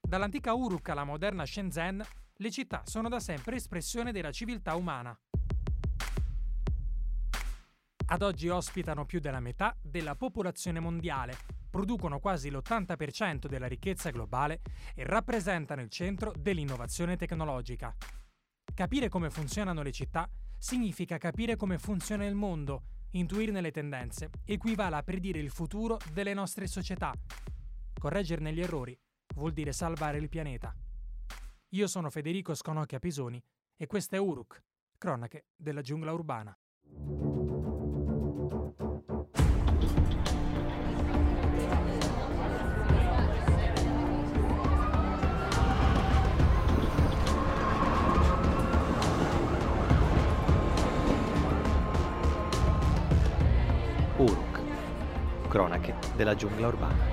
Dall'antica Uruk alla moderna Shenzhen, le città sono da sempre espressione della civiltà umana. Ad oggi ospitano più della metà della popolazione mondiale, producono quasi l'80% della ricchezza globale e rappresentano il centro dell'innovazione tecnologica. Capire come funzionano le città significa capire come funziona il mondo, intuirne le tendenze, equivale a predire il futuro delle nostre società. Correggerne gli errori vuol dire salvare il pianeta. Io sono Federico Sconocchia Pisoni e questa è Uruk, cronache della giungla urbana. Uruk, cronache della giungla urbana.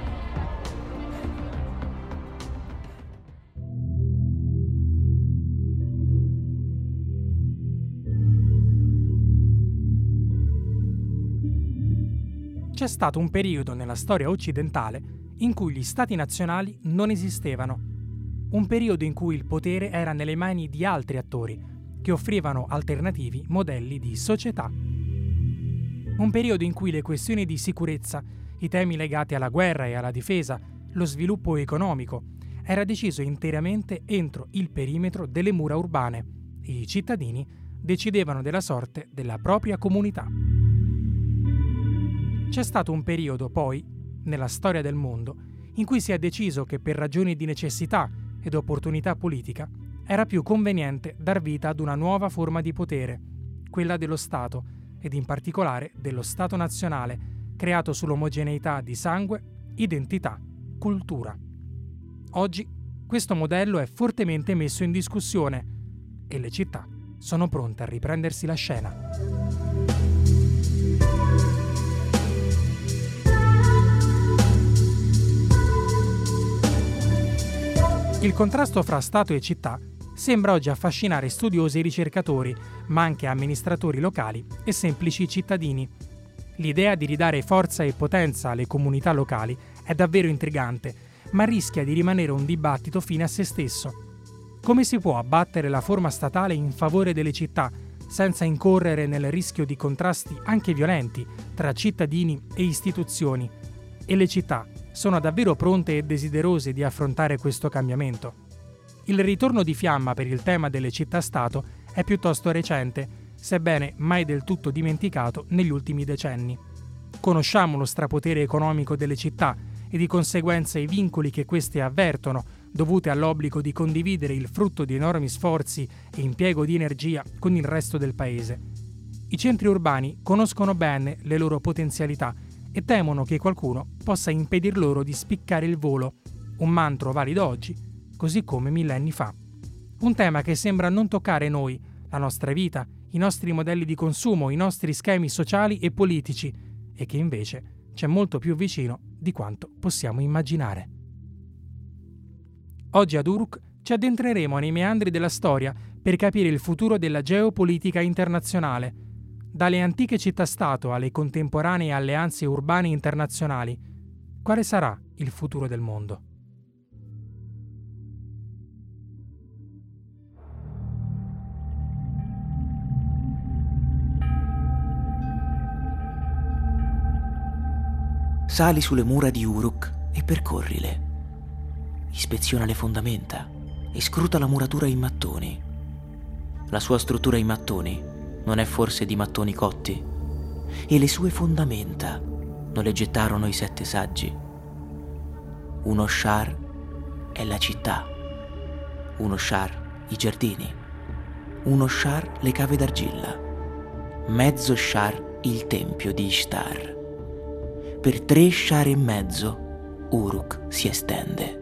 C'è stato un periodo nella storia occidentale in cui gli stati nazionali non esistevano. Un periodo in cui il potere era nelle mani di altri attori, che offrivano alternativi modelli di società. Un periodo in cui le questioni di sicurezza, i temi legati alla guerra e alla difesa, lo sviluppo economico, era deciso interamente entro il perimetro delle mura urbane e i cittadini decidevano della sorte della propria comunità. C'è stato un periodo, poi, nella storia del mondo, in cui si è deciso che per ragioni di necessità ed opportunità politica era più conveniente dar vita ad una nuova forma di potere, quella dello Stato, ed in particolare dello Stato nazionale, creato sull'omogeneità di sangue, identità, cultura. Oggi questo modello è fortemente messo in discussione e le città sono pronte a riprendersi la scena. Il contrasto fra Stato e città sembra oggi affascinare studiosi e ricercatori, ma anche amministratori locali e semplici cittadini. L'idea di ridare forza e potenza alle comunità locali è davvero intrigante, ma rischia di rimanere un dibattito fine a se stesso. Come si può abbattere la forma statale in favore delle città, senza incorrere nel rischio di contrasti anche violenti tra cittadini e istituzioni? E le città sono davvero pronte e desiderose di affrontare questo cambiamento? Il ritorno di fiamma per il tema delle città-stato è piuttosto recente, sebbene mai del tutto dimenticato negli ultimi decenni. Conosciamo lo strapotere economico delle città e di conseguenza i vincoli che queste avvertono, dovuti all'obbligo di condividere il frutto di enormi sforzi e impiego di energia con il resto del paese. I centri urbani conoscono bene le loro potenzialità e temono che qualcuno possa impedir loro di spiccare il volo, un mantro valido oggi, così come millenni fa. Un tema che sembra non toccare noi, la nostra vita, i nostri modelli di consumo, i nostri schemi sociali e politici, e che invece c'è molto più vicino di quanto possiamo immaginare. Oggi ad Uruk ci addentreremo nei meandri della storia per capire il futuro della geopolitica internazionale, dalle antiche città-stato alle contemporanee alleanze urbane internazionali. Quale sarà il futuro del mondo? Sali sulle mura di Uruk e percorrile. Ispeziona le fondamenta e scruta la muratura in mattoni. La sua struttura in mattoni non è forse di mattoni cotti? E le sue fondamenta non le gettarono i 7 saggi? Uno shar è la città, uno shar i giardini, uno shar le cave d'argilla, mezzo shar il tempio di Ishtar. Per 3 shar e mezzo Uruk si estende.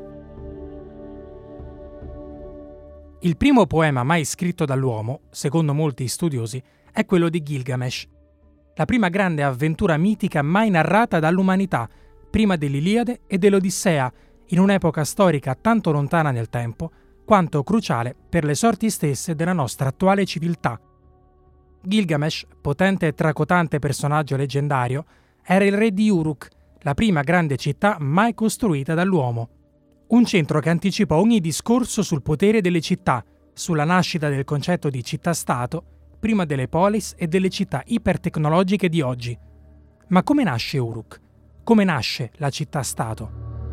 Il primo poema mai scritto dall'uomo, secondo molti studiosi, è quello di Gilgamesh, la prima grande avventura mitica mai narrata dall'umanità, prima dell'Iliade e dell'Odissea, in un'epoca storica tanto lontana nel tempo, quanto cruciale per le sorti stesse della nostra attuale civiltà. Gilgamesh, potente e tracotante personaggio leggendario, era il re di Uruk, la prima grande città mai costruita dall'uomo. Un centro che anticipa ogni discorso sul potere delle città, sulla nascita del concetto di città-stato, prima delle polis e delle città ipertecnologiche di oggi. Ma come nasce Uruk? Come nasce la città-stato?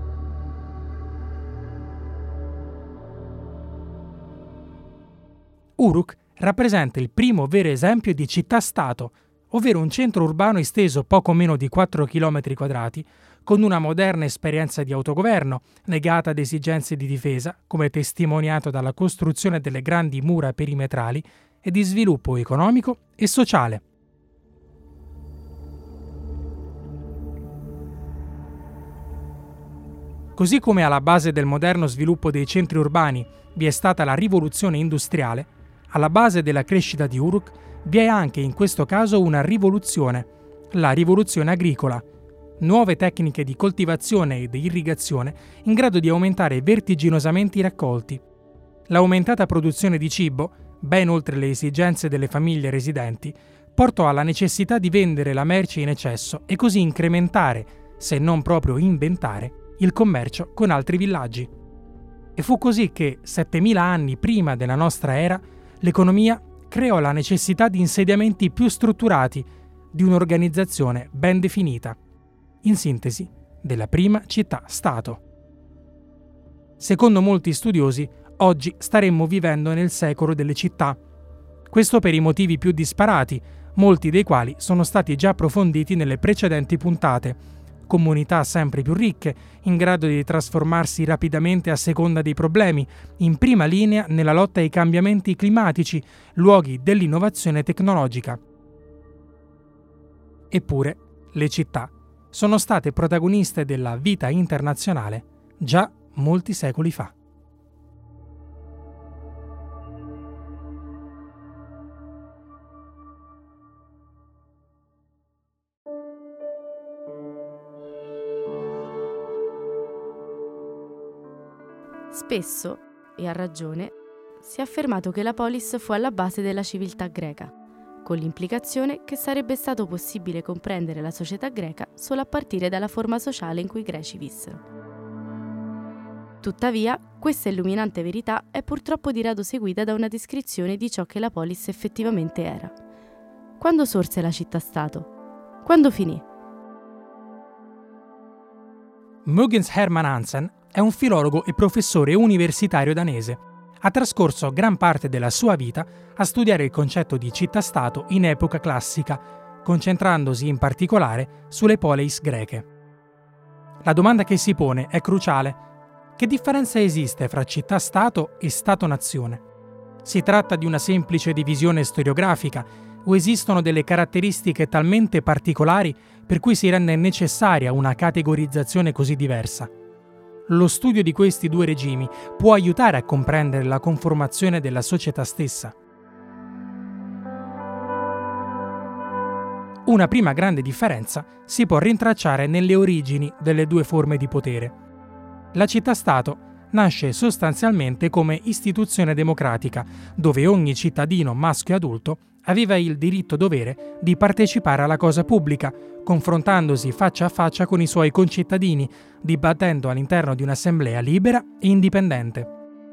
Uruk rappresenta il primo vero esempio di città-stato, ovvero un centro urbano esteso poco meno di 4 km², con una moderna esperienza di autogoverno, legata ad esigenze di difesa, come testimoniato dalla costruzione delle grandi mura perimetrali, e di sviluppo economico e sociale. Così come alla base del moderno sviluppo dei centri urbani vi è stata la rivoluzione industriale, alla base della crescita di Uruk vi è anche in questo caso una rivoluzione, la rivoluzione agricola. Nuove tecniche di coltivazione e di irrigazione in grado di aumentare vertiginosamente i raccolti. L'aumentata produzione di cibo, ben oltre le esigenze delle famiglie residenti, portò alla necessità di vendere la merce in eccesso e così incrementare, se non proprio inventare, il commercio con altri villaggi. E fu così che, 7000 anni prima della nostra era, l'economia creò la necessità di insediamenti più strutturati, di un'organizzazione ben definita. In sintesi, della prima città-stato. Secondo molti studiosi, oggi staremmo vivendo nel secolo delle città. Questo per i motivi più disparati, molti dei quali sono stati già approfonditi nelle precedenti puntate. Comunità sempre più ricche, in grado di trasformarsi rapidamente a seconda dei problemi, in prima linea nella lotta ai cambiamenti climatici, luoghi dell'innovazione tecnologica. Eppure, le città sono state protagoniste della vita internazionale già molti secoli fa. Spesso, e a ragione, si è affermato che la polis fu alla base della civiltà greca, con l'implicazione che sarebbe stato possibile comprendere la società greca solo a partire dalla forma sociale in cui i greci vissero. Tuttavia, questa illuminante verità è purtroppo di rado seguita da una descrizione di ciò che la polis effettivamente era. Quando sorse la città-stato? Quando finì? Mogens Hermann Hansen è un filologo e professore universitario danese. Ha trascorso gran parte della sua vita a studiare il concetto di città-stato in epoca classica, concentrandosi in particolare sulle poleis greche. La domanda che si pone è cruciale. Che differenza esiste fra città-stato e Stato-nazione? Si tratta di una semplice divisione storiografica o esistono delle caratteristiche talmente particolari per cui si rende necessaria una categorizzazione così diversa? Lo studio di questi due regimi può aiutare a comprendere la conformazione della società stessa. Una prima grande differenza si può rintracciare nelle origini delle due forme di potere. La città-stato nasce sostanzialmente come istituzione democratica, dove ogni cittadino maschio e adulto aveva il diritto-dovere di partecipare alla cosa pubblica, confrontandosi faccia a faccia con i suoi concittadini, dibattendo all'interno di un'assemblea libera e indipendente.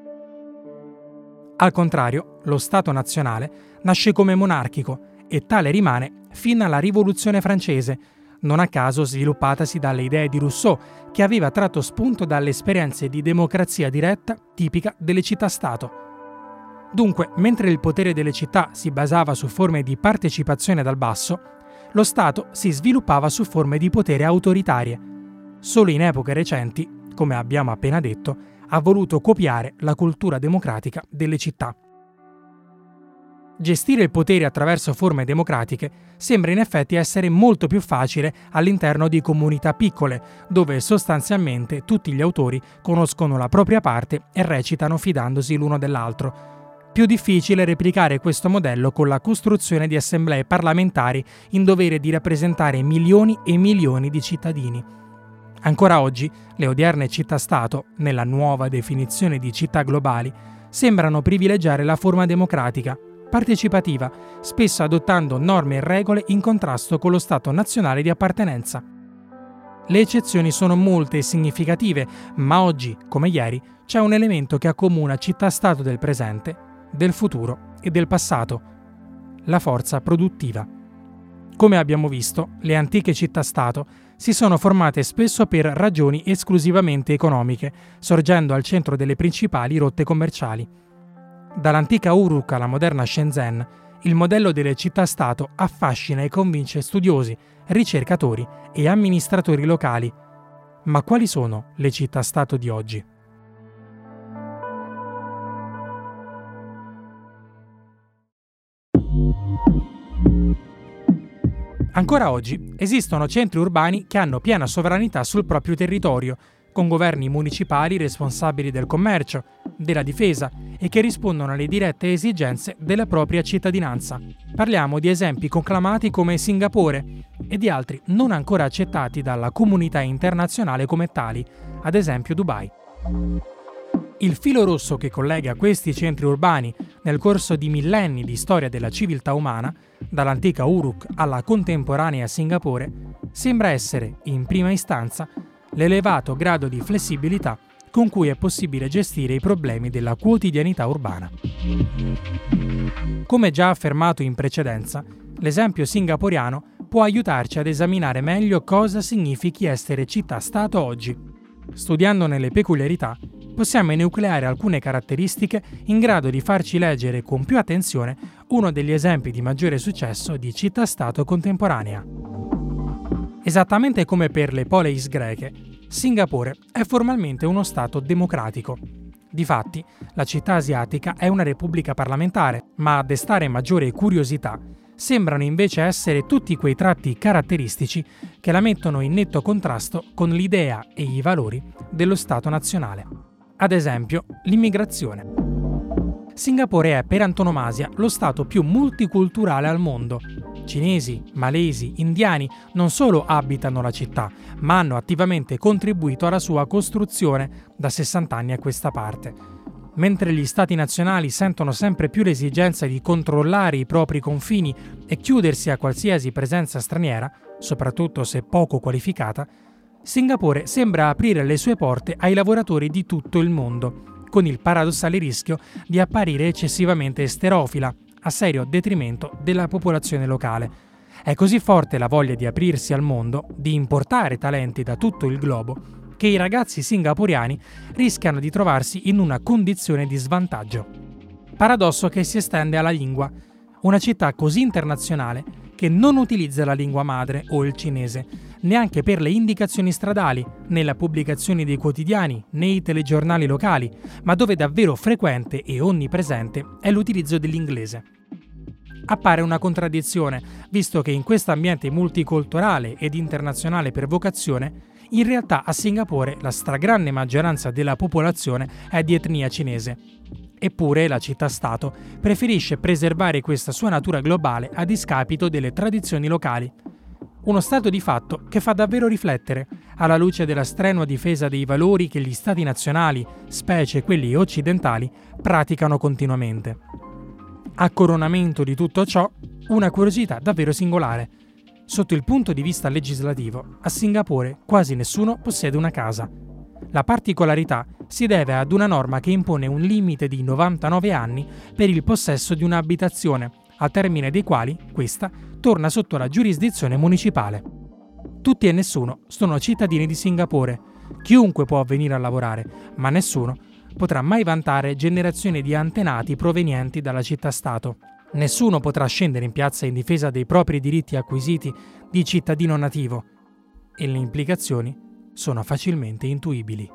Al contrario, lo Stato nazionale nasce come monarchico e tale rimane fino alla Rivoluzione francese, non a caso sviluppatasi dalle idee di Rousseau, che aveva tratto spunto dalle esperienze di democrazia diretta tipica delle città-stato. Dunque, mentre il potere delle città si basava su forme di partecipazione dal basso, lo Stato si sviluppava su forme di potere autoritarie. Solo in epoche recenti, come abbiamo appena detto, ha voluto copiare la cultura democratica delle città. Gestire il potere attraverso forme democratiche sembra in effetti essere molto più facile all'interno di comunità piccole, dove sostanzialmente tutti gli autori conoscono la propria parte e recitano fidandosi l'uno dell'altro. Più difficile replicare questo modello con la costruzione di assemblee parlamentari in dovere di rappresentare milioni e milioni di cittadini. Ancora oggi, le odierne città-stato, nella nuova definizione di città globali, sembrano privilegiare la forma democratica, partecipativa, spesso adottando norme e regole in contrasto con lo Stato nazionale di appartenenza. Le eccezioni sono molte e significative, ma oggi, come ieri, c'è un elemento che accomuna città-stato del presente, del futuro e del passato: la forza produttiva. Come abbiamo visto, le antiche città-stato si sono formate spesso per ragioni esclusivamente economiche, sorgendo al centro delle principali rotte commerciali. Dall'antica Uruk alla moderna Shenzhen, il modello delle città-stato affascina e convince studiosi, ricercatori e amministratori locali. Ma quali sono le città-stato di oggi? Ancora oggi esistono centri urbani che hanno piena sovranità sul proprio territorio, con governi municipali responsabili del commercio, della difesa e che rispondono alle dirette esigenze della propria cittadinanza. Parliamo di esempi conclamati come Singapore e di altri non ancora accettati dalla comunità internazionale come tali, ad esempio Dubai. Il filo rosso che collega questi centri urbani nel corso di millenni di storia della civiltà umana, dall'antica Uruk alla contemporanea Singapore, sembra essere, in prima istanza, l'elevato grado di flessibilità con cui è possibile gestire i problemi della quotidianità urbana. Come già affermato in precedenza, l'esempio singaporiano può aiutarci ad esaminare meglio cosa significhi essere città-stato oggi. Studiandone le peculiarità, possiamo enucleare alcune caratteristiche in grado di farci leggere con più attenzione uno degli esempi di maggiore successo di città-stato contemporanea. Esattamente come per le poleis greche, Singapore è formalmente uno stato democratico. Difatti, la città asiatica è una repubblica parlamentare, ma a destare maggiore curiosità sembrano invece essere tutti quei tratti caratteristici che la mettono in netto contrasto con l'idea e i valori dello Stato nazionale. Ad esempio, l'immigrazione. Singapore è per antonomasia lo stato più multiculturale al mondo. Cinesi, malesi, indiani non solo abitano la città, ma hanno attivamente contribuito alla sua costruzione da 60 anni a questa parte. Mentre gli stati nazionali sentono sempre più l'esigenza di controllare i propri confini e chiudersi a qualsiasi presenza straniera, soprattutto se poco qualificata, Singapore sembra aprire le sue porte ai lavoratori di tutto il mondo, con il paradossale rischio di apparire eccessivamente esterofila, a serio detrimento della popolazione locale. È così forte la voglia di aprirsi al mondo, di importare talenti da tutto il globo, che i ragazzi singaporiani rischiano di trovarsi in una condizione di svantaggio. Paradosso che si estende alla lingua. Una città così internazionale che non utilizza la lingua madre o il cinese, neanche per le indicazioni stradali, nelle pubblicazioni dei quotidiani, nei telegiornali locali, ma dove davvero frequente e onnipresente è l'utilizzo dell'inglese. Appare una contraddizione, visto che in questo ambiente multiculturale ed internazionale per vocazione, in realtà a Singapore la stragrande maggioranza della popolazione è di etnia cinese. Eppure la città-stato preferisce preservare questa sua natura globale a discapito delle tradizioni locali. Uno stato di fatto che fa davvero riflettere, alla luce della strenua difesa dei valori che gli stati nazionali, specie quelli occidentali, praticano continuamente. A coronamento di tutto ciò, una curiosità davvero singolare. Sotto il punto di vista legislativo, a Singapore quasi nessuno possiede una casa. La particolarità si deve ad una norma che impone un limite di 99 anni per il possesso di un'abitazione, al termine dei quali questa torna sotto la giurisdizione municipale. Tutti e nessuno sono cittadini di Singapore. Chiunque può venire a lavorare, ma nessuno potrà mai vantare generazioni di antenati provenienti dalla città-stato. Nessuno potrà scendere in piazza in difesa dei propri diritti acquisiti di cittadino nativo, e le implicazioni sono facilmente intuibili.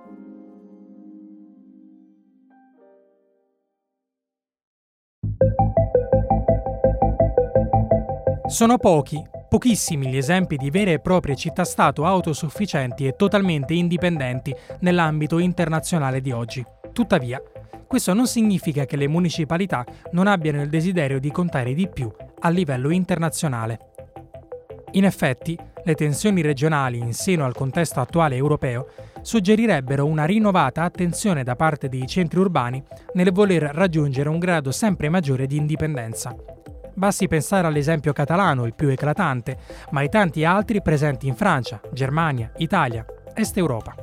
Sono pochissimi gli esempi di vere e proprie città-stato autosufficienti e totalmente indipendenti nell'ambito internazionale di oggi. Tuttavia, questo non significa che le municipalità non abbiano il desiderio di contare di più a livello internazionale. In effetti, le tensioni regionali in seno al contesto attuale europeo suggerirebbero una rinnovata attenzione da parte dei centri urbani nel voler raggiungere un grado sempre maggiore di indipendenza. Basti pensare all'esempio catalano, il più eclatante, ma ai tanti altri presenti in Francia, Germania, Italia, Est Europa.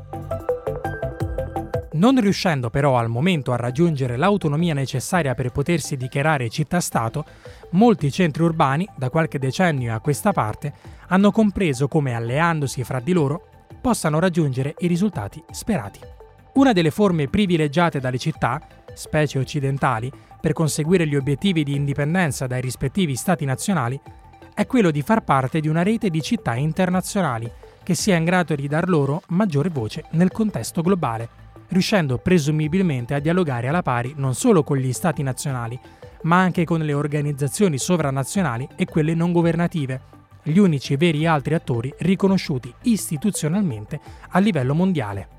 Non riuscendo però al momento a raggiungere l'autonomia necessaria per potersi dichiarare città-stato, molti centri urbani, da qualche decennio a questa parte, hanno compreso come alleandosi fra di loro possano raggiungere i risultati sperati. Una delle forme privilegiate dalle città, specie occidentali, per conseguire gli obiettivi di indipendenza dai rispettivi stati nazionali, è quello di far parte di una rete di città internazionali che sia in grado di dar loro maggiore voce nel contesto globale, riuscendo presumibilmente a dialogare alla pari non solo con gli stati nazionali, ma anche con le organizzazioni sovranazionali e quelle non governative, gli unici veri altri attori riconosciuti istituzionalmente a livello mondiale.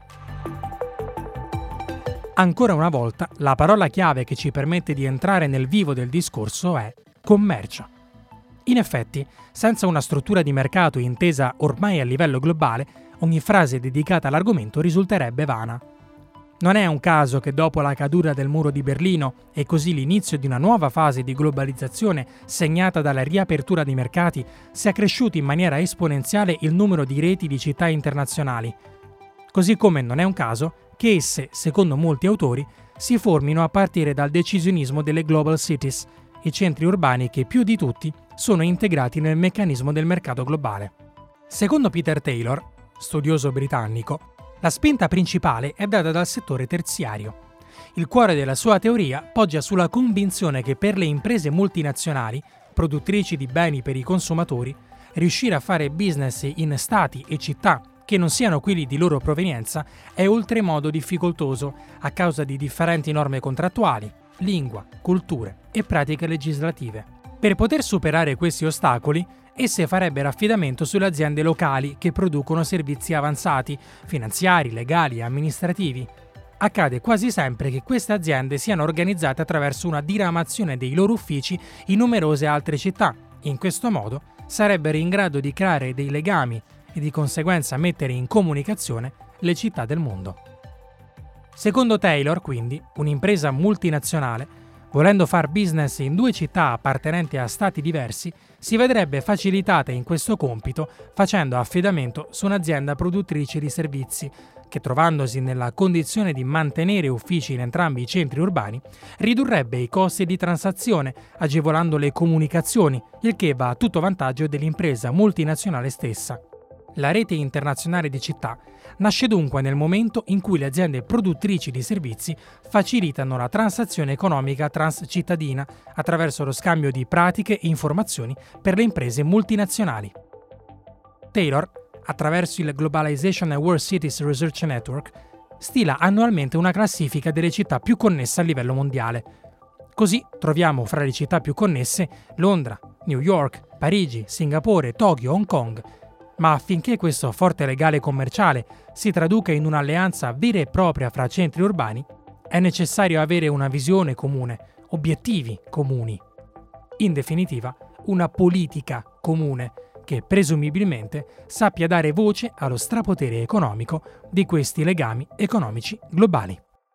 Ancora una volta, la parola chiave che ci permette di entrare nel vivo del discorso è commercio. In effetti, senza una struttura di mercato intesa ormai a livello globale, ogni frase dedicata all'argomento risulterebbe vana. Non è un caso che dopo la caduta del muro di Berlino e così l'inizio di una nuova fase di globalizzazione segnata dalla riapertura dei mercati sia cresciuto in maniera esponenziale il numero di reti di città internazionali. Così come non è un caso che esse, secondo molti autori, si formino a partire dal decisionismo delle global cities, i centri urbani che più di tutti sono integrati nel meccanismo del mercato globale. Secondo Peter Taylor, studioso britannico, la spinta principale è data dal settore terziario. Il cuore della sua teoria poggia sulla convinzione che per le imprese multinazionali, produttrici di beni per i consumatori, riuscire a fare business in stati e città che non siano quelli di loro provenienza è oltremodo difficoltoso a causa di differenti norme contrattuali, lingua, culture e pratiche legislative. Per poter superare questi ostacoli, esse farebbero affidamento sulle aziende locali che producono servizi avanzati, finanziari, legali e amministrativi. Accade quasi sempre che queste aziende siano organizzate attraverso una diramazione dei loro uffici in numerose altre città. In questo modo sarebbero in grado di creare dei legami e di conseguenza mettere in comunicazione le città del mondo. Secondo Taylor, quindi, un'impresa multinazionale, volendo far business in due città appartenenti a stati diversi, si vedrebbe facilitata in questo compito facendo affidamento su un'azienda produttrice di servizi che, trovandosi nella condizione di mantenere uffici in entrambi i centri urbani, ridurrebbe i costi di transazione, agevolando le comunicazioni, il che va a tutto vantaggio dell'impresa multinazionale stessa. La rete internazionale di città nasce dunque nel momento in cui le aziende produttrici di servizi facilitano la transazione economica transcittadina attraverso lo scambio di pratiche e informazioni per le imprese multinazionali. Taylor, attraverso il Globalization and World Cities Research Network, stila annualmente una classifica delle città più connesse a livello mondiale. Così troviamo fra le città più connesse Londra, New York, Parigi, Singapore, Tokyo, Hong Kong. Ma affinché questo forte legame commerciale si traduca in un'alleanza vera e propria fra centri urbani, è necessario avere una visione comune, obiettivi comuni. In definitiva, una politica comune che presumibilmente sappia dare voce allo strapotere economico di questi legami economici globali.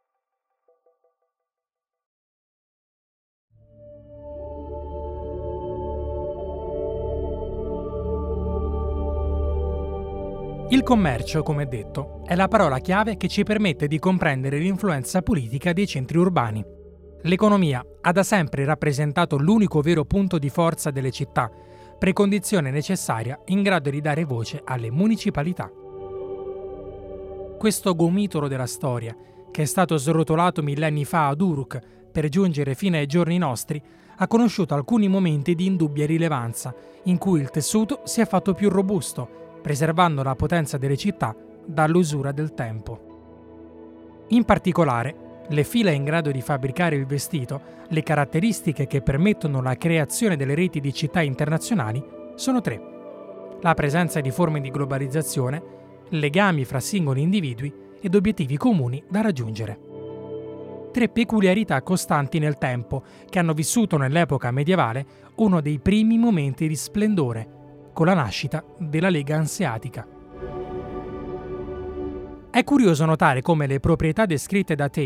Il commercio, come detto, è la parola chiave che ci permette di comprendere l'influenza politica dei centri urbani. L'economia ha da sempre rappresentato l'unico vero punto di forza delle città, precondizione necessaria in grado di dare voce alle municipalità. Questo gomitolo della storia, che è stato srotolato millenni fa ad Uruk per giungere fino ai giorni nostri, ha conosciuto alcuni momenti di indubbia rilevanza, in cui il tessuto si è fatto più robusto, preservando la potenza delle città dall'usura del tempo. In particolare, le fila in grado di fabbricare il vestito, le caratteristiche che permettono la creazione delle reti di città internazionali sono tre: la presenza di forme di globalizzazione, legami fra singoli individui ed obiettivi comuni da raggiungere. Tre peculiarità costanti nel tempo che hanno vissuto nell'epoca medievale uno dei primi momenti di splendore, con la nascita della Lega Anseatica. È curioso notare come le proprietà descritte da Taylor,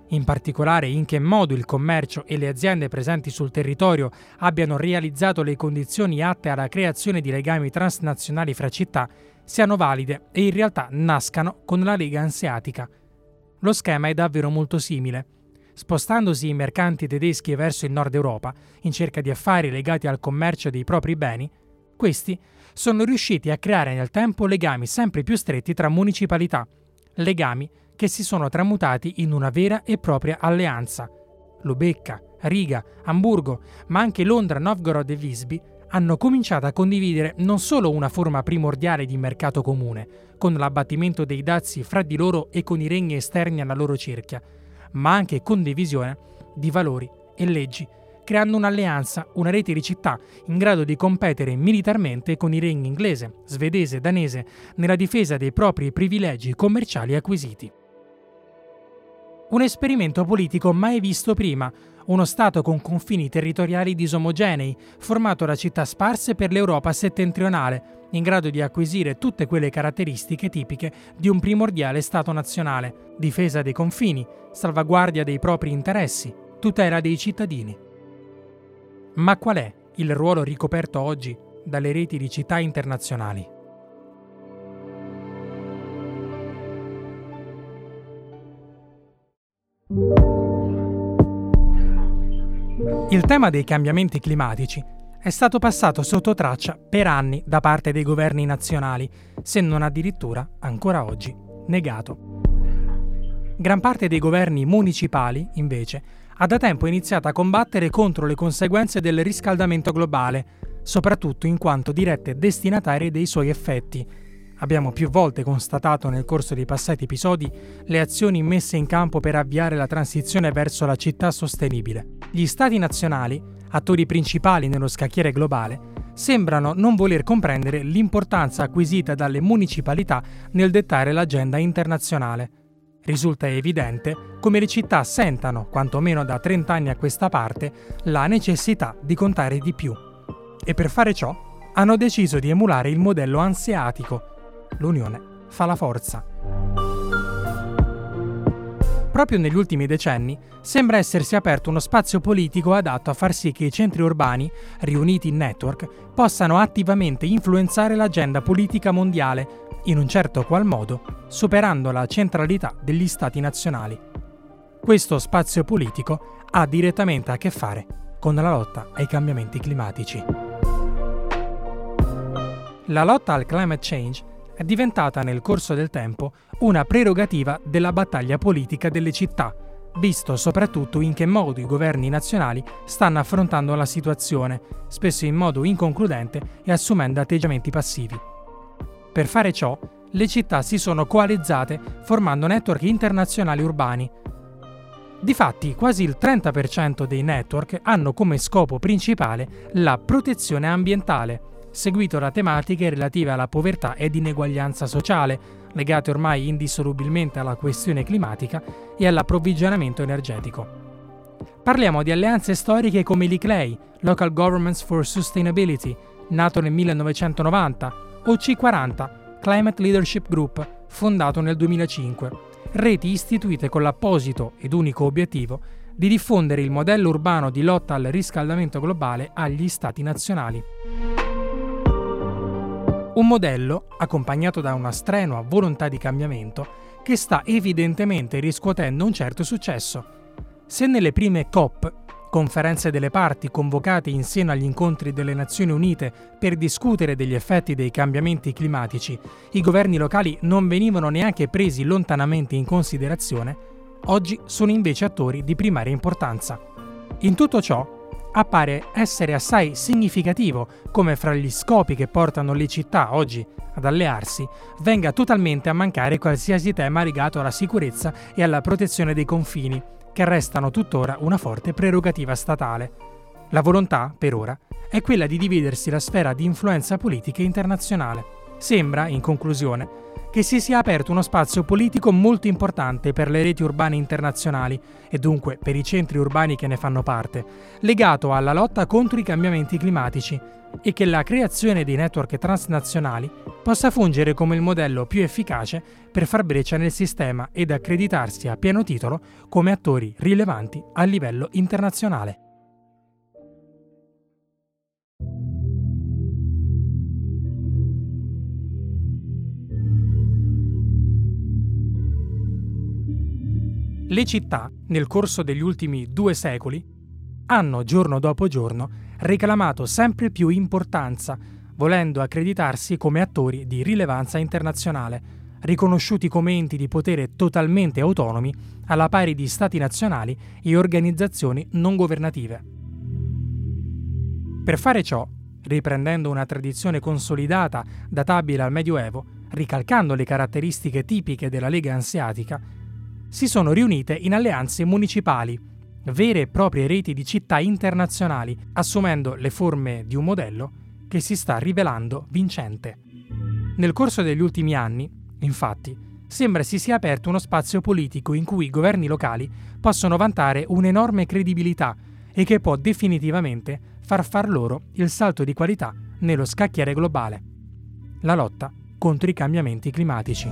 in particolare in che modo il commercio e le aziende presenti sul territorio abbiano realizzato le condizioni atte alla creazione di legami transnazionali fra città, siano valide e in realtà nascano con la Lega Hanseatica. Lo schema è davvero molto simile. Spostandosi i mercanti tedeschi verso il nord Europa, in cerca di affari legati al commercio dei propri beni, questi sono riusciti a creare nel tempo legami sempre più stretti tra municipalità, legami che si sono tramutati in una vera e propria alleanza. Lubecca, Riga, Amburgo, ma anche Londra, Novgorod e Visby hanno cominciato a condividere non solo una forma primordiale di mercato comune, con l'abbattimento dei dazi fra di loro e con i regni esterni alla loro cerchia, ma anche condivisione di valori e leggi, creando un'alleanza, una rete di città in grado di competere militarmente con i regni inglese, svedese e danese nella difesa dei propri privilegi commerciali acquisiti. Un esperimento politico mai visto prima, uno Stato con confini territoriali disomogenei, formato da città sparse per l'Europa settentrionale, in grado di acquisire tutte quelle caratteristiche tipiche di un primordiale Stato nazionale: difesa dei confini, salvaguardia dei propri interessi, tutela dei cittadini. Ma qual è il ruolo ricoperto oggi dalle reti di città internazionali? Il tema dei cambiamenti climatici è stato passato sotto traccia per anni da parte dei governi nazionali, se non addirittura, ancora oggi, negato. Gran parte dei governi municipali, invece, ha da tempo iniziato a combattere contro le conseguenze del riscaldamento globale, soprattutto in quanto dirette destinatarie dei suoi effetti. Abbiamo più volte constatato nel corso dei passati episodi le azioni messe in campo per avviare la transizione verso la città sostenibile. Gli Stati nazionali, attori principali nello scacchiere globale, sembrano non voler comprendere l'importanza acquisita dalle municipalità nel dettare l'agenda internazionale. Risulta evidente come le città sentano, quantomeno da 30 anni a questa parte, la necessità di contare di più. E per fare ciò hanno deciso di emulare il modello hanseatico. L'unione fa la forza. Proprio negli ultimi decenni sembra essersi aperto uno spazio politico adatto a far sì che i centri urbani, riuniti in network, possano attivamente influenzare l'agenda politica mondiale, in un certo qual modo, superando la centralità degli Stati nazionali. Questo spazio politico ha direttamente a che fare con la lotta ai cambiamenti climatici. La lotta al climate change è diventata nel corso del tempo una prerogativa della battaglia politica delle città, visto soprattutto in che modo i governi nazionali stanno affrontando la situazione, spesso in modo inconcludente e assumendo atteggiamenti passivi. Per fare ciò, le città si sono coalizzate formando network internazionali urbani. Difatti, quasi il 30% dei network hanno come scopo principale la protezione ambientale, seguito da tematiche relative alla povertà ed ineguaglianza sociale, legate ormai indissolubilmente alla questione climatica e all'approvvigionamento energetico. Parliamo di alleanze storiche come l'ICLEI, Local Governments for Sustainability, nato nel 1990, o C40, Climate Leadership Group, fondato nel 2005, reti istituite con l'apposito ed unico obiettivo di diffondere il modello urbano di lotta al riscaldamento globale agli Stati nazionali. Un modello accompagnato da una strenua volontà di cambiamento che sta evidentemente riscuotendo un certo successo. Se nelle prime COP, conferenze delle parti convocate in seno agli incontri delle Nazioni Unite per discutere degli effetti dei cambiamenti climatici, i governi locali non venivano neanche presi lontanamente in considerazione, oggi sono invece attori di primaria importanza. In tutto ciò, appare essere assai significativo come fra gli scopi che portano le città oggi ad allearsi venga totalmente a mancare qualsiasi tema legato alla sicurezza e alla protezione dei confini, che restano tuttora una forte prerogativa statale. La volontà, per ora, è quella di dividersi la sfera di influenza politica internazionale. Sembra, in conclusione, che si sia aperto uno spazio politico molto importante per le reti urbane internazionali e dunque per i centri urbani che ne fanno parte, legato alla lotta contro i cambiamenti climatici, e che la creazione dei network transnazionali possa fungere come il modello più efficace per far breccia nel sistema ed accreditarsi a pieno titolo come attori rilevanti a livello internazionale. Le città, nel corso degli ultimi 2 secoli, hanno giorno dopo giorno reclamato sempre più importanza, volendo accreditarsi come attori di rilevanza internazionale, riconosciuti come enti di potere totalmente autonomi, alla pari di stati nazionali e organizzazioni non governative. Per fare ciò, riprendendo una tradizione consolidata databile al Medioevo, ricalcando le caratteristiche tipiche della Lega Anseatica, si sono riunite in alleanze municipali, vere e proprie reti di città internazionali, assumendo le forme di un modello che si sta rivelando vincente. Nel corso degli ultimi anni, infatti, sembra si sia aperto uno spazio politico in cui i governi locali possono vantare un'enorme credibilità e che può definitivamente far loro il salto di qualità nello scacchiere globale: la lotta contro i cambiamenti climatici.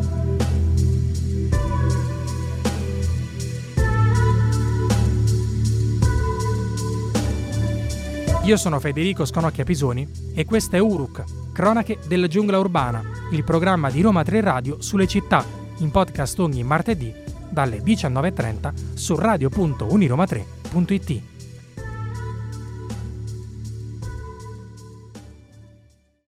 Io sono Federico Sconocchia Pisoni e questa è Uruk, Cronache della giungla urbana, il programma di Roma 3 Radio sulle città, in podcast ogni martedì dalle 19:30 su radio.uniroma3.it.